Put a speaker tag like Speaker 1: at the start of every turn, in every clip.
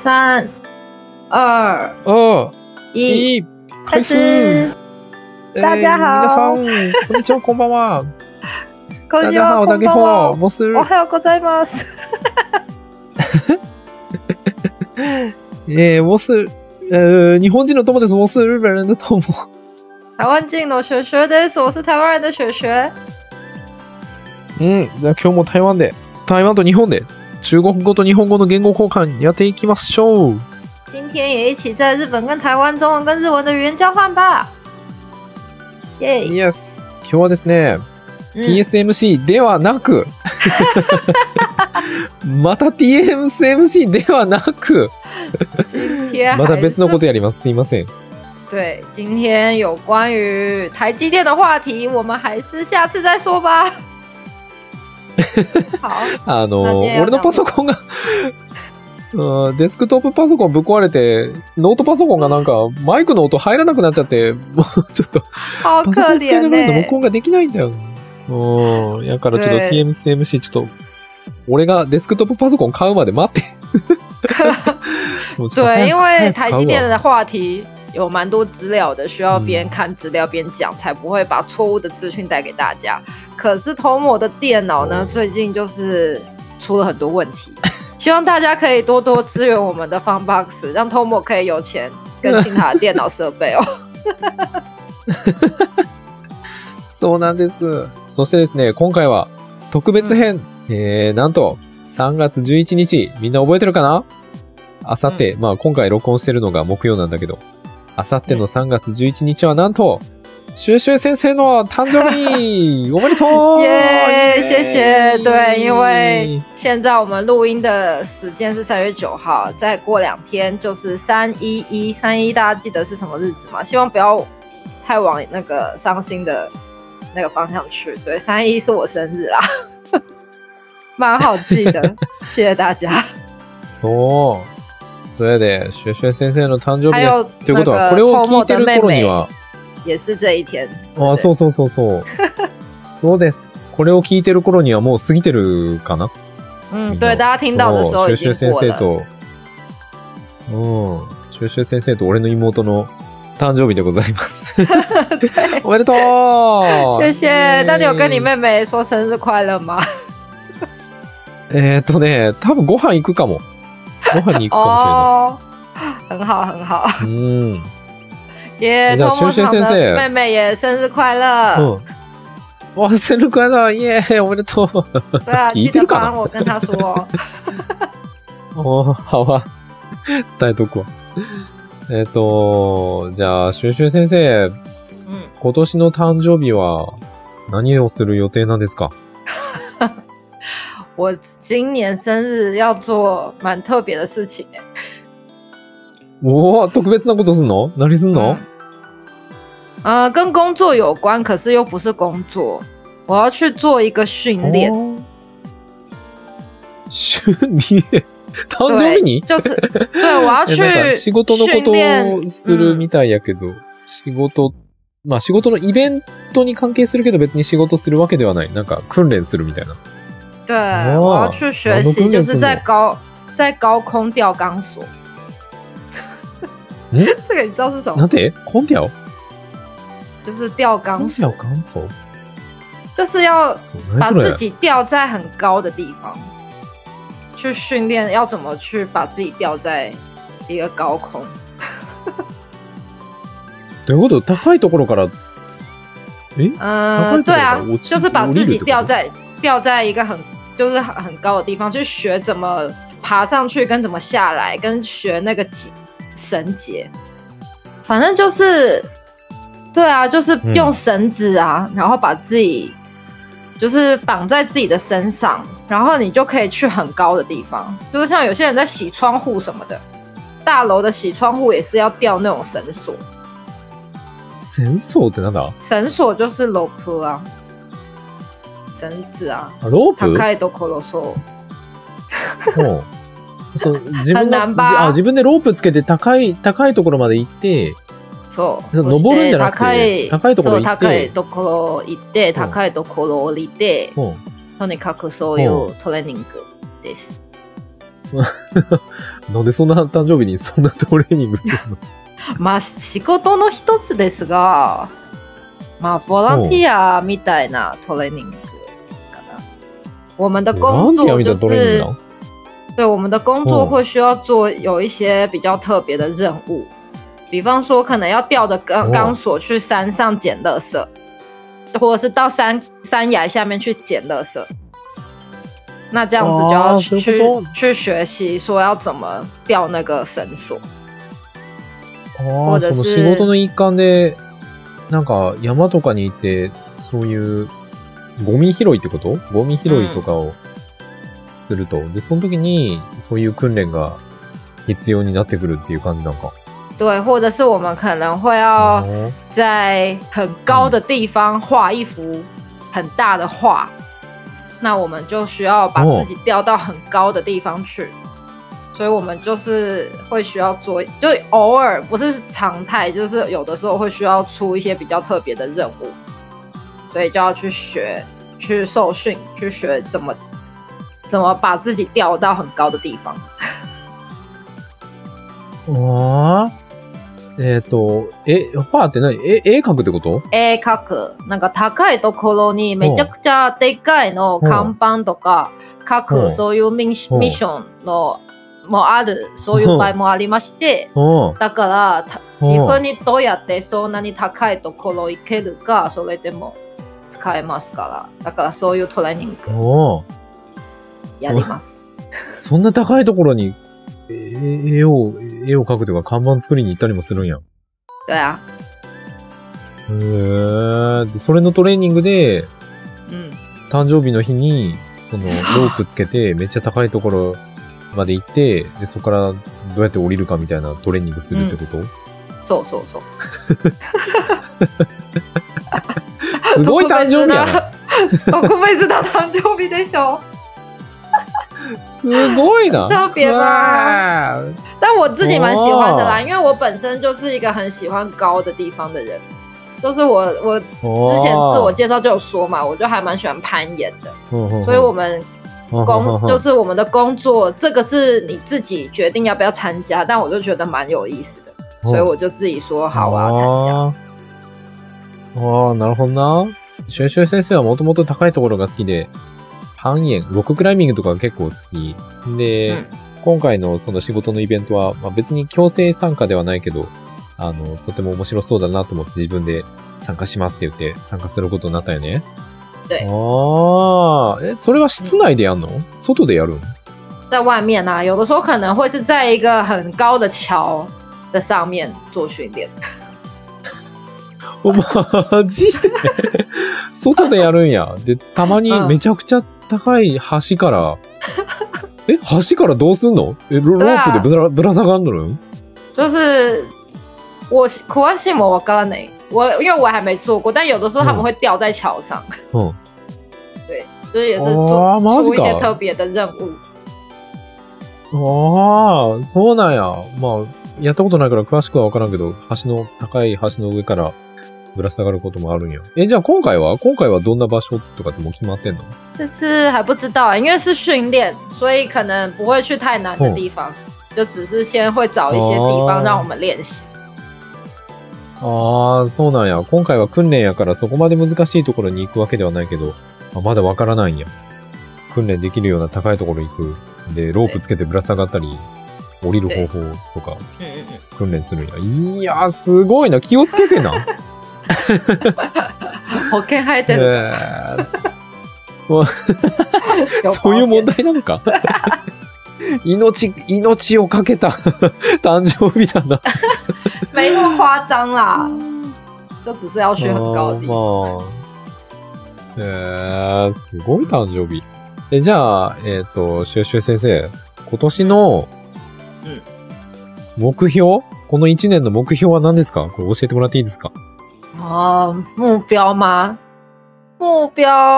Speaker 1: 3、2、1，
Speaker 2: 开始。
Speaker 1: 大家好，
Speaker 2: 皆さん、こんにちは、こんばんは。
Speaker 1: こんにちは、
Speaker 2: 大家好，我是。
Speaker 1: おはようございます。
Speaker 2: 我是日本人の友です。我是日本人的友。
Speaker 1: 台湾人の雪雪です。我是台湾人的雪雪。
Speaker 2: じゃあ今日も台湾と日本で中国語と日本語の言語交換やっていきましょう。
Speaker 1: 今天也一起在日本跟台湾中文跟日文的语言交换吧。耶
Speaker 2: Yes。今日はですね、TSMC ではなくまた TSMC ではなくまた別のことやります。すいません。
Speaker 1: 对，今天有关于台积電的话题，我们还是下次再说吧。好，
Speaker 2: 俺のパソコンがデスクトップパソコンぶっ壊れて、ノートパソコンがなんかマイクの音入らなくなっちゃって、もうちょっとパソコン使いながらの録音ができないんだよ。やからちょっと TSMC ちょっと俺がデスクトップパソコン買うまで待って。
Speaker 1: 对，因为台积電的话题有蛮多资料的，需要边看资料边讲，才不会把错误的资讯带给大家。可是 Tomo 的电脑呢，最近就是出了很多问题，希望大家可以多多支援我们的 Funbox， 让 Tomo 可以有钱更新他的電腦設備哦。
Speaker 2: そうなんです。そしてですね、今回は特別編、なんと3月11日、みんな覚えてるかな？あさって、まあ今回録音してるのが木曜なんだけど、あさっての3月11日はなんと、シュウシュウ先生の誕生日おめでとう
Speaker 1: 耶，谢谢。对，因为现在我们录音的时间是3月9号，再过2天就是311，311大家记得是什么日子吗？希望不要太往那个伤心的那个方向去。对，311是我生日啦，蛮好记的，谢谢大家。
Speaker 2: そう。それで、シュウシュウ先生の誕生日です。ということは、これを聞いてる頃には、
Speaker 1: 也是这一天。
Speaker 2: あ、そうそうそうそう。そうです。これを聞いてる頃にはもう過ぎてるかな？
Speaker 1: 对，大家听到的时候已经过了。
Speaker 2: シュウシュウ先生と俺の妹の誕生日でございます。おめでとう！
Speaker 1: 谢谢。那你有跟你妹妹说生日快乐吗？
Speaker 2: 多分ご飯行くかも。ご飯に行くかもしれない。
Speaker 1: 很好很好。
Speaker 2: じゃあ、シュウシュウ先生。
Speaker 1: 妹妹也生日快乐。
Speaker 2: 哇，生日快乐！耶，おめでとう。
Speaker 1: 对啊，记得帮我跟他说。
Speaker 2: 好啊。伝えとくわ。じゃあ、シュウシュウ先生。今年の誕生日は何をする予定なんですか？
Speaker 1: 我今年生日要做蛮特别的事情欸。
Speaker 2: 特別なことすんの？何すんの？
Speaker 1: 跟工作有关，可是又不是工作。我要去做一个训练。
Speaker 2: 训練？誕生日に？
Speaker 1: 就是对，我要去
Speaker 2: 仕事のことをするみたいやけど、仕事のイベントに関係するけど別に仕事するわけではない。なんか訓練するみたいな。
Speaker 1: 对，我要去学习，就是在高空吊钢索。这个你知道是什么？
Speaker 2: なんて？空吊？
Speaker 1: 就是吊钢索。
Speaker 2: 吊钢索？
Speaker 1: 就是要把自己吊在很高的地方，去训练要怎么去把自己吊在一个高空。
Speaker 2: どういうこと？高いところから？
Speaker 1: 对啊，就是把自己吊在一个就是很高的地方，去学怎么爬上去，跟怎么下来，跟学那个绳结。反正就是，对啊，就是用绳子啊，然后把自己就是绑在自己的身上，然后你就可以去很高的地方。就是像有些人在洗窗户什么的，大楼的洗窗户也是要吊那种绳索。
Speaker 2: 绳索ってなんだ？
Speaker 1: 绳索就是 rope 啊。绳子あ、
Speaker 2: ロープ？
Speaker 1: 高いところそう。
Speaker 2: 自分でロープつけて高いところまで行って、
Speaker 1: そう
Speaker 2: 登るんじゃなくて高いところ行って、
Speaker 1: 高いところ行って高いところ降りて、とにかくそういうトレーニングです。
Speaker 2: なんでそんな誕生日にそんなトレーニングするの？
Speaker 1: まあ仕事の一つですが、まあボランティアみたいなトレーニングかな。我们的工作就是对我们的工作会需要做有一些比较特别的任务，比方说可能要吊着钢索去山上捡垃圾，或者是到山崖下面去捡垃圾。那这样子就要去学习说要怎么吊那个绳索。
Speaker 2: ああ、その仕事の一環で、なんか山とかに行って、そういうゴミ拾いってこと？ゴミ拾いとかをすると。で、その時にそういう訓練が必要になってくるっていう感じなんか。
Speaker 1: 对，或者是我们可能会要在很高的地方画一幅很大的画，那我们就需要把自己吊到很高的地方去。所以我们就是会需要做，就偶尔不是常态，就是有的时候会需要出一些比较特别的任务，所以就要去学、去受训、去学怎么把自己吊到很高的地方。
Speaker 2: ああ、画って何？絵描くってこと？
Speaker 1: 絵描く。なんか高いところにめちゃくちゃでかいの看板とか描く、そういうミッションのもある、そういう場合もありまして、だから自分にどうやってそんなに高いところ行けるか、それでも使えますから。だからそういうトレーニングやります。
Speaker 2: そんな高いところに絵を描くというか看板作りに行ったりもするんや。
Speaker 1: 对啊。
Speaker 2: で、それのトレーニングで、誕生日の日にそのロープつけてめっちゃ高いところまで行って、でそこからどうやって降りるかみたいなトレーニングするってこと？
Speaker 1: そうそうそう。
Speaker 2: すごい誕生日やな。
Speaker 1: 特別な誕生日でしょ。
Speaker 2: すごいな。
Speaker 1: 特别吧。但我自己蛮喜欢的啦，因为我本身就是一个很喜欢高的地方的人。就是我之前自我介绍就有说嘛，我就还蛮喜欢攀岩的，所以我们就是我们的工作，这个是你自己决定要不要参加，但我就觉得蛮有意思的，所以我就自己说好，我要参加。
Speaker 2: ああ、なるほどな。シュンシュン先生はもともと高いところが好きで、攀岩、ロッククライミングとかが結構好きで、今回のその仕事のイベントは、別に強制参加ではないけど、とても面白そうだなと思って自分で参加しますって言って参加することになったよね。
Speaker 1: 对。
Speaker 2: それは室内でやんの？外でやるの？
Speaker 1: 在外面啊，有的时候可能会是在一个很高的桥的上面做训练。
Speaker 2: マジで外でやるんや。で、たまにめちゃくちゃ高い橋から、橋からどうすんの？ロープでぶら下がんの？
Speaker 1: 就是我詳しいもわからない。因为我还没做过，但有的时候他们会吊在桥上。对，就是也是出一些特别的任务。
Speaker 2: ああ、そうなんや。やったことないから詳しくはわからんけど、高い橋の上からぶら下がることもあるんや。じゃあ今回はどんな場所とかってもう決まってんの？
Speaker 1: 这次还不知道啊，因为是训练，所以可能不会去太难的地方，就只是先会找一些地方让我们练习。
Speaker 2: ああ、そうなんや。今回は訓練やからそこまで難しいところに行くわけではないけど、まだわからないんや。訓練できるような高いところ行く。で、ロープつけてぶら下がったり、降りる方法とか、訓練するんや。いやー、すごいな。気をつけてな。
Speaker 1: 保険生えてる。
Speaker 2: そういう問題なのか。命をかけた誕生日だな。
Speaker 1: 没那么夸张啦，就只是要去很高的地方。
Speaker 2: すごい誕生日。じゃあ、シュウシュウ先生、今年の目標、この1年の目標は何ですか？これ教えてもらっていいですか？
Speaker 1: 目标吗？目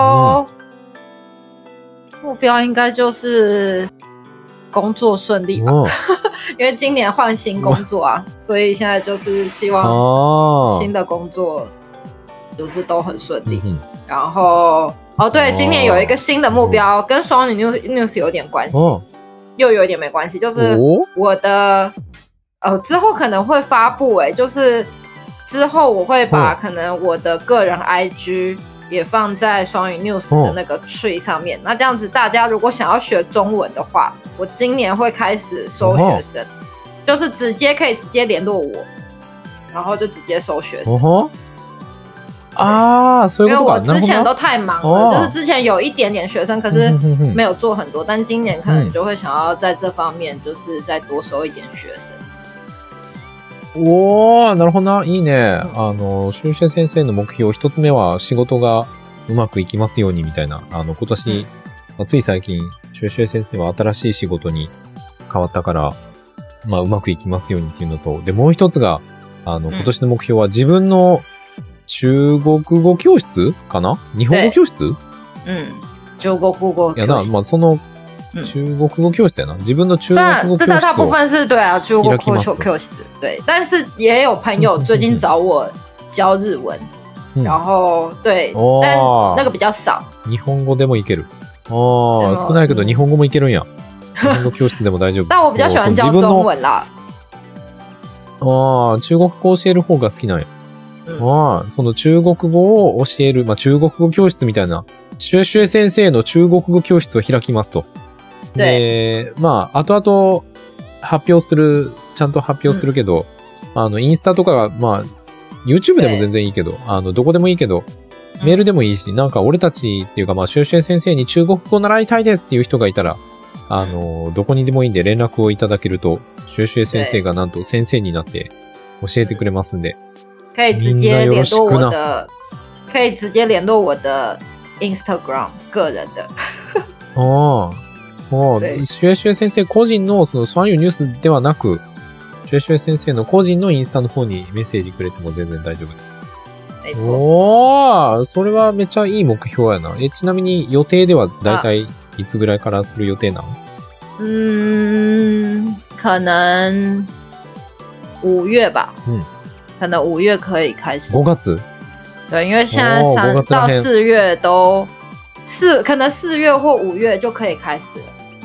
Speaker 1: 标应该就是工作顺利吧。因为今年换新工作啊，所以现在就是希望新的工作就是都很顺利。然后对，今年有一个新的目标，跟双女 news 有点关系， 又有一点没关系，就是我的之后可能会发布就是之后我会把可能我的个人 IG 也放在双语 News 的那个 tree 上面。那这样子大家如果想要学中文的话，我今年会开始收学生，就是可以直接联络我，然后就直接收学生。
Speaker 2: そういうことか。
Speaker 1: 因为我之前都太忙了，就是之前有一点点学生，可是没有做很多，但今年可能就会想要在这方面就是再多收一点学生。
Speaker 2: おー、なるほどな。いいね。シュウシュウ先生の目標、一つ目は仕事がうまくいきますようにみたいな。今年、つい最近、シュウシュウ先生は新しい仕事に変わったから、うまくいきますようにっていうのと、で、もう一つが、今年の目標は自分の中国語教室かな？日本語教室？
Speaker 1: 中国語教室。
Speaker 2: いやな、その、中国語教室やな。自分の中国語教室を。
Speaker 1: 大部分是对啊，中国教室对，但是也有朋友最近找我教日文，然后对，但那个比较少。
Speaker 2: 日本語でもいける。少ないけど日本語もいけるんや。日本語教室でも大丈夫。
Speaker 1: 但我比较喜欢教中文啦。
Speaker 2: 中国語を教える方が好きなんや。その中国語を教える、中国語教室みたいな、シュウシュウ先生の中国語教室を開きますと。で、後々発表する、ちゃんと発表するけど、インスタとかが、YouTube でも全然いいけど、どこでもいいけど、メールでもいいし、なんか俺たちっていうか、シュウシュウ先生に中国語習いたいですっていう人がいたら、どこにでもいいんで連絡をいただけると、シュウシュウ先生がなんと先生になって教えてくれますんで。
Speaker 1: 可以直接联络我的，可以直接联络我的 Instagram 个人的。
Speaker 2: そう。シュウシュウ先生個人のその双語ニュースではなく、シュウシュウ先生の個人のインスタの方にメッセージくれても全然大丈夫です。それはめっちゃいい目標やな。ちなみに予定ではだいたいいつぐらいからする予定なの？
Speaker 1: 可能5月吧。可能5月可以开始。
Speaker 2: 5月？
Speaker 1: 对，因为现在3到4月都可能4月或5月就可以开始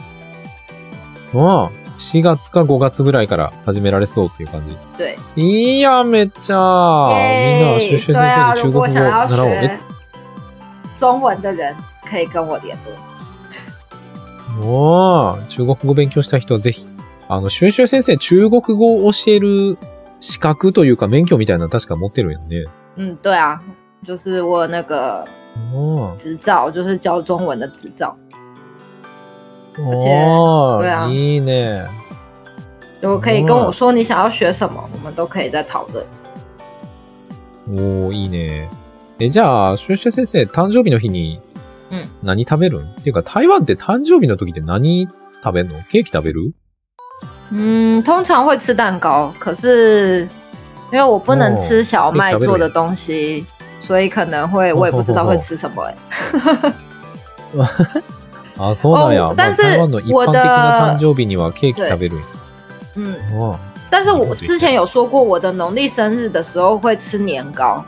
Speaker 2: 了。4月か5月ぐらいから始められそうっていう感じ。
Speaker 1: 对。
Speaker 2: いや、めっちゃ。みんな、シュウシュウ先生に中国語を習おう。
Speaker 1: 中文的人可以跟我联
Speaker 2: 絡。中国語勉強した人はぜひ。シュウシュウ先生、中国語を教える資格というか免許みたいなの確か持ってるよね。
Speaker 1: 对啊，就是我有那个执照，就是教中文的执照。而且，对啊，
Speaker 2: いいね。
Speaker 1: 就可以跟我说你想要学什么，我们都可以再讨论。
Speaker 2: いいね。じゃあ、シュウシュウ先生、誕生日の日に何食べるん？っていうか、台湾って誕生日の時って何食べんの？ケーキ食べる？
Speaker 1: 通常会吃蛋糕，可是因为我不能吃小麦做的东西，所以可能会我也不知道会吃什么。
Speaker 2: そうなんや。但是台湾の一般的な誕生日にはケーキ食べるんや。
Speaker 1: 但是我之前有说过，我的农历生日的时候会吃年糕，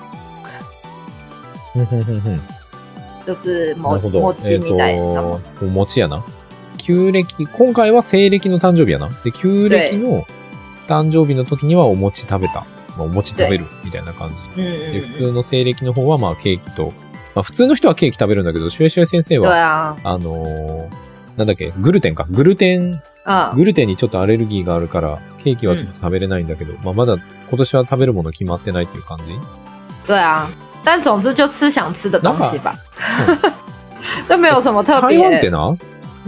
Speaker 1: 就是餅みたいな。
Speaker 2: お餅やな。旧暦、今回は西暦の誕生日やな。で、旧暦の誕生日の時にはお餅食べた。お餅食べるみたいな感じ。で、普通の西暦の方はケーキと、普通の人はケーキ食べるんだけど、シュウシュウ先生は、なんだっけ、グルテンにちょっとアレルギーがあるから、ケーキはちょっと食べれないんだけど、まだ今年は食べるもの決まってないっていう感じ？
Speaker 1: 对啊，但总之就吃想吃的东西吧。就没有什么特别。
Speaker 2: 台湾ってな？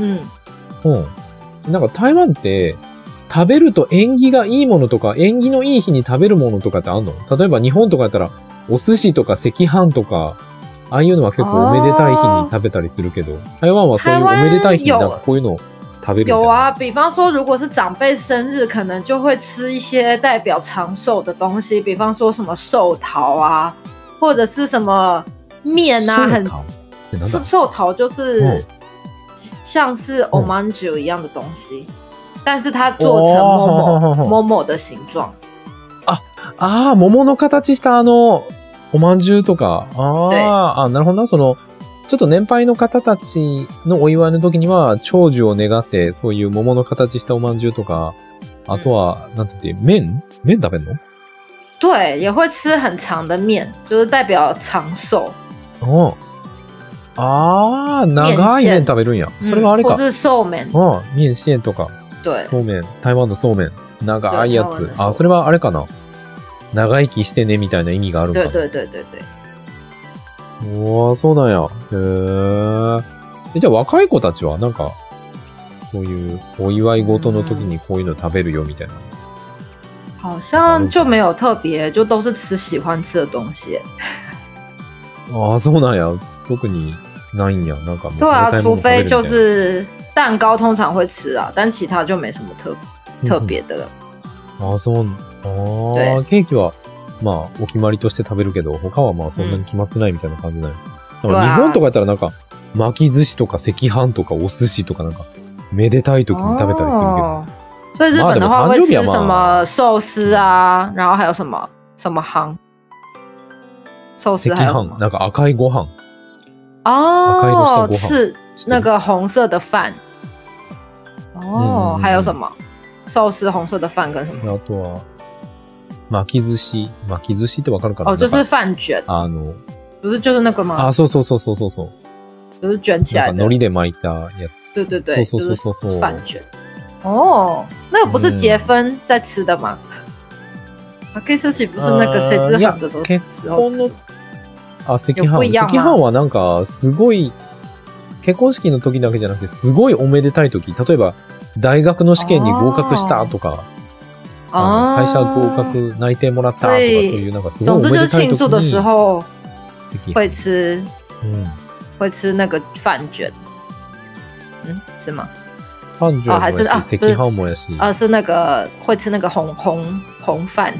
Speaker 2: なんか台湾って食べると縁起がいいものとか縁起のいい日に食べるものとかってあんの？例えば日本とかやったらお寿司とか赤飯とかああいうのは結構おめでたい日に食べたりするけど、台湾はそういうおめでたい日になんかこういうのを食べるみたいな。
Speaker 1: 有啊，比方说如果是长辈生日，可能就会吃一些代表长寿的东西，比方说什么寿桃啊，或者是什么面啊，寿桃就是像是 omanju 一样的东西，但是它做成某的形状。
Speaker 2: 桃の形したおまんじゅうとか。なるほどな。その、 ちょっと年配の方たちのお祝いの時には、長寿を願って、そういう桃の形したおまんじゅうとか、あとは、なんて言って、麺食べんの？
Speaker 1: 对，也会吃很长的面，就是代表长寿。
Speaker 2: うん。あー、長い麺食べるんや。それはあれか。
Speaker 1: 或是寿面。
Speaker 2: 面線とか。
Speaker 1: 对。
Speaker 2: そうめん。台湾のそうめん。長いやつ。あ、それはあれかな。長生きしてねみたいな意味があるんかな。
Speaker 1: 对。
Speaker 2: おー、そうなんや。へー。じゃあ若い子たちはなんか、そういうお祝い事の時にこういうの食べるよみたいな。
Speaker 1: 好像就没有特别，就都是吃喜欢吃的东西。
Speaker 2: ああ、そうなんや。特にないんや。なんかもう
Speaker 1: 对啊，除非就
Speaker 2: 食
Speaker 1: 是蛋糕通常会吃啊，但其他就没什么特别的了。
Speaker 2: ああ、そう。ああ、ケーキはまあお決まりとして食べるけど、他はまあそんなに決まってないみたいな感じなんや。だから日本とかやったらなんか巻き寿司とか赤飯とかお寿司とかなんかめでたい時に食べたりするけど。
Speaker 1: 所以日本的话会吃什么寿司啊，然后还有什么汤？寿司还有什么？
Speaker 2: なんか赤いご飯。
Speaker 1: 哦，吃那个红色的饭。哦，还有什么？寿司红色的饭跟什么？
Speaker 2: あとは巻き寿司ってわかるかな？
Speaker 1: 哦，就是饭卷。不是就是那个吗？
Speaker 2: 啊，そう。
Speaker 1: 就是卷起来的。
Speaker 2: 海苔で巻いたやつ。
Speaker 1: 对，
Speaker 2: そう。
Speaker 1: 饭卷。哦，那个不是结婚在吃的吗？巻き寿司不是那个谁知好的都是时候吃的。
Speaker 2: あ、赤飯はなんかすごい結婚式の時だけじゃなくてすごいおめでたい時、例えば大学の試験に合格したとか、会社合格内定もらったとか、そういうなんかすごいおめでたい時に。
Speaker 1: 总之就是庆祝的时候会吃那个饭卷，是吗？
Speaker 2: 飯卷もやし、赤飯もやし。
Speaker 1: 是那个会吃那个红饭。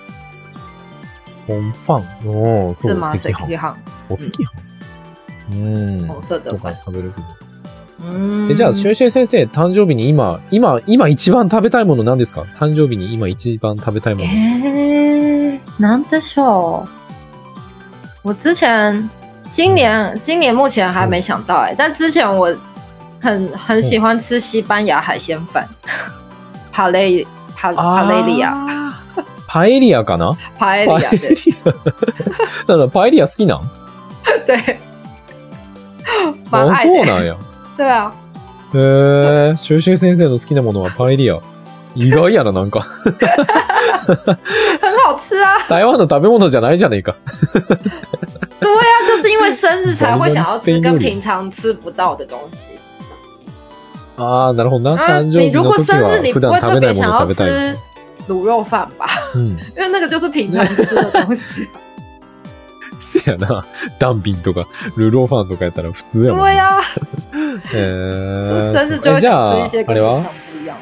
Speaker 2: 红飯。おー、そう、
Speaker 1: 是吗？赤飯。
Speaker 2: お赤飯。
Speaker 1: 紅色的飯。
Speaker 2: 食べるけど。じゃあ、シュンシュン先生、誕生日に今一番食べたいもの何ですか？誕生日に今一番食べたいもの。
Speaker 1: なんでしょう？我今年目前还没想到但之前我很喜欢吃西班牙海鲜饭，パレリア。
Speaker 2: パエリアかな？
Speaker 1: パエリア。
Speaker 2: だからパエリア好きなん？
Speaker 1: 对。
Speaker 2: あ、そうなんや。
Speaker 1: 对啊。
Speaker 2: シュウシュウ先生の好きなものはパエリア。意外やな、なんか。
Speaker 1: 很好吃啊。
Speaker 2: 台湾の食べ物じゃないじゃねえか。
Speaker 1: 对啊，就是因为生日才会想要吃跟平常吃不到的东西。
Speaker 2: ああ、なるほどな。誕生日の時は普段食べないもの食べたい。
Speaker 1: 卤肉饭吧，因为那个就是平常吃的东西。
Speaker 2: せやな、ダンピンとかルローファンとかやったら普通やもん。
Speaker 1: 对呀。生日就会想吃一些跟平常不一样。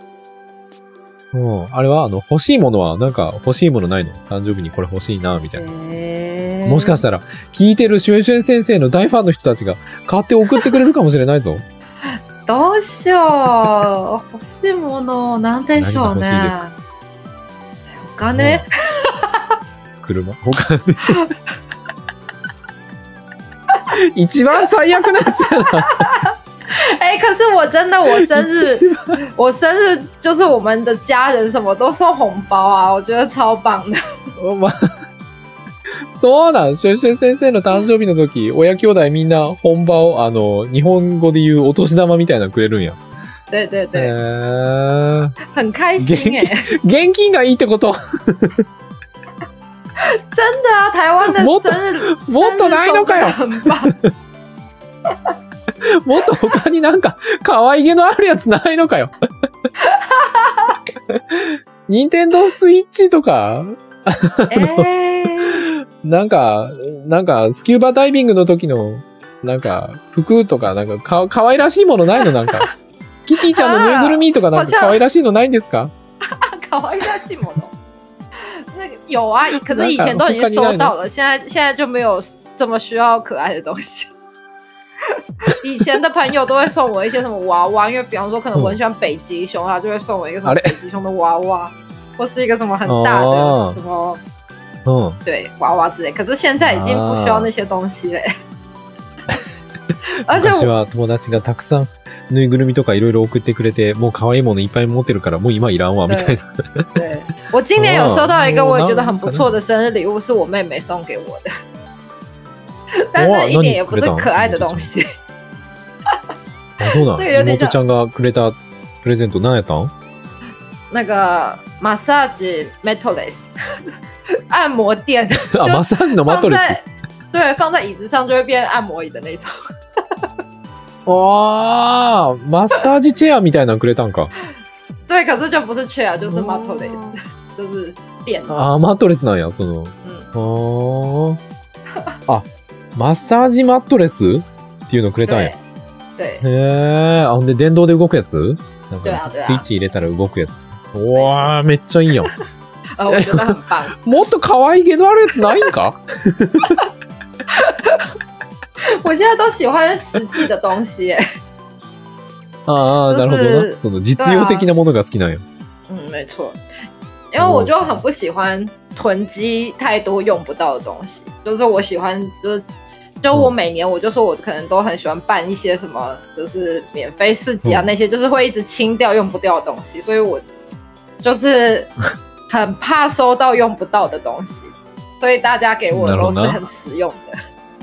Speaker 2: あれは欲しいものはなんか欲しいものないの？誕生日にこれ欲しいなみたいな。もしかしたら聞いてるシュンシュン先生の大ファンの人たちが買って送ってくれるかもしれないぞ。
Speaker 1: どうしよう。欲しいものなんでしょうね。
Speaker 2: 何が欲しいですか？
Speaker 1: お金？
Speaker 2: 車？お金？一番最悪なやつやな。
Speaker 1: 可是我生日就是我们的家人什么都送红包啊，我觉得超棒的。
Speaker 2: そうなん。シュンシュン先生の誕生日の時、親兄弟みんな本場を日本語で言うお年玉みたいなのくれるんや。
Speaker 1: 对。很开心
Speaker 2: 現金がいいってこと？
Speaker 1: 真的啊，台湾的生日
Speaker 2: もっとないのかよ。
Speaker 1: 很棒。
Speaker 2: もっと他になんか可愛げのあるやつないのかよ。ニンテンドースイッチとかなんかスキューバダイビングの時のなんか服とかなんか可愛らしいものないの？なんかキティちゃんのぬいぐるみとかなんか可愛らしいのないんですか？
Speaker 1: 可愛らしいもの。那个有啊，可是以前都已经收到了，现在就没有这么需要可爱的东西。以前的朋友都会送我一些什么娃娃，因为比方说可能我很喜欢北极熊，他就会送我一个什么北极熊的娃娃，或是一个什么很大的什么，对，娃娃之类。可是现在已经不需要那些东西嘞。
Speaker 2: 昔は友達がたくさんぬいぐるみとかいろいろ送ってくれて、もう可愛いものいっぱい持ってるから、もう今いらんわみたいな。
Speaker 1: 对，我今年有收到一个我也觉得很不错的生日礼物，是我妹妹送给我的，但是一点也不是可爱的东西。
Speaker 2: あ、そうなん。妹ちゃんがくれたプレゼント何やったん？
Speaker 1: 那个マッサージメトレス，按摩垫。
Speaker 2: 啊，マッサージのマットレス。
Speaker 1: 对，放在椅子上就会变按摩椅的那种。
Speaker 2: 哇，マッサージチェアみたいなのくれたんか。
Speaker 1: 对，可是就不是 chair，就是マットレス，就是垫。
Speaker 2: あ、マットレスなんや、その。あ、マッサージマットレスっていうのくれたんや。
Speaker 1: 对。
Speaker 2: へー、あ、ほんで電動で動くやつ？なんかスイッチ入れたら動くやつ。うわー、めっちゃいいやん。
Speaker 1: 我觉得很棒。
Speaker 2: もっと可愛げのあるやつないんか？
Speaker 1: 我现在都喜欢实际的东西耶。
Speaker 2: ああ、なるほどな。その実用的なものが好きなんや。
Speaker 1: 没错。因为我就很不喜欢囤积太多用不到的东西，就是我喜欢就我每年我就说我可能都很喜欢办一些什么就是免费市集啊，那些就是会一直清掉用不掉的东西，所以我就是很怕收到用不到的东西，所以大家给我的都是很实用的。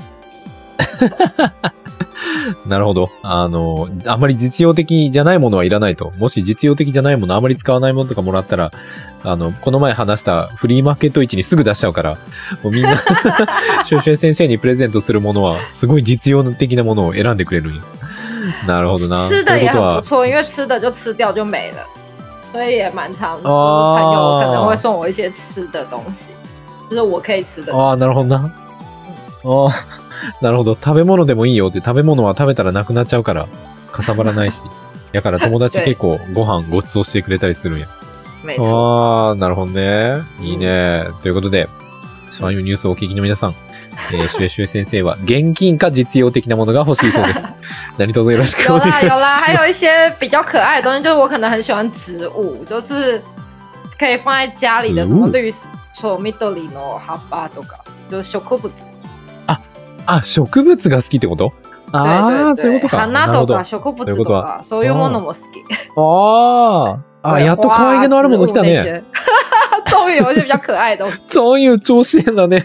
Speaker 2: なるほど。あんまり実用的じゃないものはいらないと。もし実用的じゃないもの、あまり使わないものとかもらったら、この前話したフリーマーケット市にすぐ出しちゃうから、もうみんな、シュウシュウ先生にプレゼントするものは、すごい実用的なものを選んでくれるんや。なるほどな。
Speaker 1: 吃的也很不错，因为吃的就吃掉就没了，所以也蛮常，就是朋友可能会送我一些吃的东西，就是我可以吃的。
Speaker 2: ああ、なるほどな。ああ。なるほど。食べ物でもいいよって、食べ物は食べたらなくなっちゃうから、かさばらないし。やから友達結構ご飯ご馳走してくれたりするんや。ああ、なるほどね。いいね。ということで、そういうニュースをお聞きの皆さん、シュエシュエ先生は現金か実用的なものが欲しいそうです。何卒よろしくお願いします。
Speaker 1: 有啦，还有一些比较可愛的東西，就是我可能很喜歡植物，就是可以放在家裡的什麼綠色緑の葉っぱとか，就是植物。
Speaker 2: あ、植物が好きってこと？ああ、そういうことか。
Speaker 1: 花とか植物とか、そういうものも好き。
Speaker 2: ああ、やっと可愛げのあるもの来たね。
Speaker 1: 终于有一些比较可愛的東西。
Speaker 2: そういう調子変だね。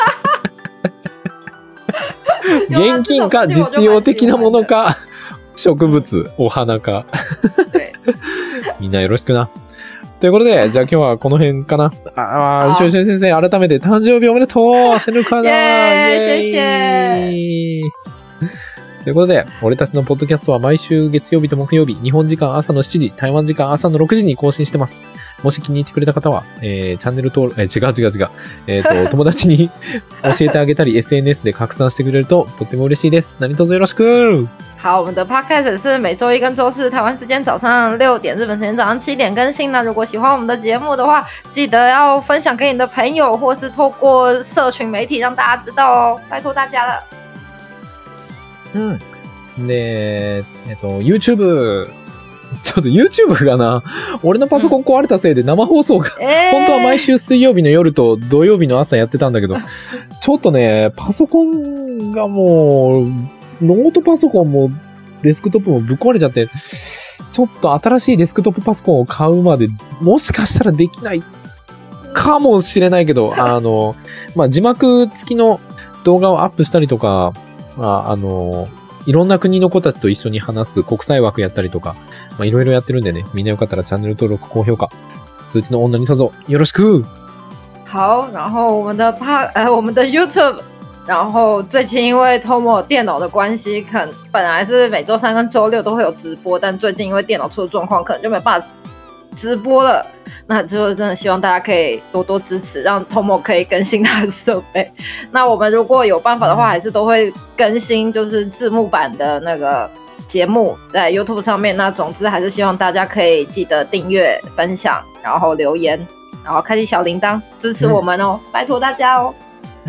Speaker 2: 現金か実用的なものか、植物、お花か。みんなよろしくな。ということで、じゃあ今日はこの辺かな。シュウシュウ先生、改めて誕生日おめでとうしてるかな。
Speaker 1: イェーイ。
Speaker 2: ということで、俺たちのポッドキャストは毎週月曜日と木曜日、日本時間朝の7時、台湾時間朝の6時に更新してます。もし気に入ってくれた方は、チャンネル登録、違う。友達に教えてあげたり、SNS で拡散してくれるととっても嬉しいです。何卒よろしく。
Speaker 1: 好，我们的 podcast 是每周一跟周四台湾时间早上6点，日本时间早上7点更新。那如果喜欢我们的节目的话，记得要分享给你的朋友，或是透过社群媒体让大家知道哦，拜托大家了。
Speaker 2: で、YouTube、ちょっと YouTube がな、俺のパソコン壊れたせいで生放送が、本当は毎週水曜日の夜と土曜日の朝やってたんだけど、ちょっとね、パソコンがもう、ノートパソコンもデスクトップもぶっ壊れちゃって、ちょっと新しいデスクトップパソコンを買うまで、もしかしたらできないかもしれないけど、字幕付きの動画をアップしたりとか、いろんな国の子たちと一緒に話す国際枠やったりとか、いろいろやってるんでね、みんなよかったらチャンネル登録、高評価、通知の女にさぞよろしく。
Speaker 1: 好，然后我们的 YouTube。然后最近因为 Tomo 电脑的关系，可能本来是每周三跟周六都会有直播，但最近因为电脑出了状况，可能就没办法直播了。那就真的希望大家可以多多支持，让 Tomo 可以更新他的设备。那我们如果有办法的话，还是都会更新，就是字幕版的那个节目在 YouTube 上面。那总之还是希望大家可以记得订阅、分享，然后留言，然後開啟小鈴鐺支持我们哦，拜托大家哦。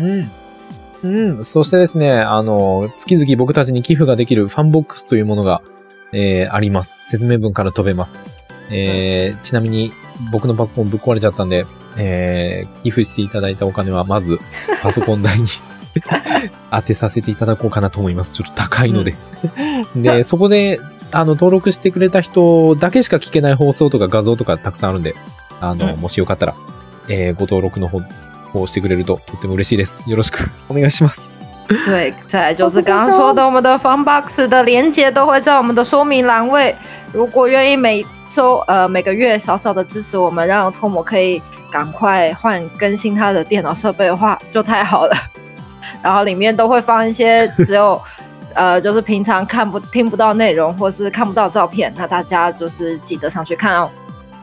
Speaker 2: そしてですね、月々僕たちに寄付ができるファンボックスというものが、あります。説明文から飛べます。ちなみに、 僕のパソコンぶっ壊れちゃったんで、寄付していただいたお金はまずパソコン代に当てさせていただこうかなと思います。ちょっと高いので。で、そこで、登録してくれた人だけしか聞けない放送とか画像とかたくさんあるんで、もしよかったら、ご登録の方をしてくれるととっても嬉しいです。よろしくお願いします。
Speaker 1: 对，再来就是刚刚说的，我们的 Funbox 的连结都会在我们的说明栏位。如果愿意每个月少少的支持我们，让托摩可以赶快更新他的电脑设备的话，就太好了。然后里面都会放一些只有就是平常听不到内容或是看不到照片，那大家就是记得上去看哦。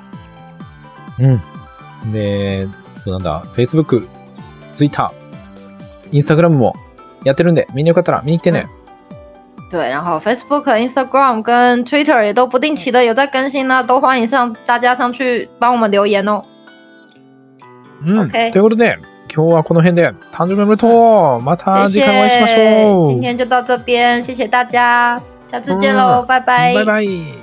Speaker 2: で、なんだ、Facebook、Twitter、Instagram もやってるんで、みんなよかったら見に来てね。
Speaker 1: 对，然后 Facebook、Instagram 跟 Twitter 也都不定期的有在更新呢，都欢迎大家上去帮我们留言哦。
Speaker 2: OK。ということで、今日はこの辺で誕生日おめでとう。また次回お会いしましょう。
Speaker 1: 今天就到这边，谢谢大家，下次见喽，拜拜。
Speaker 2: 拜拜。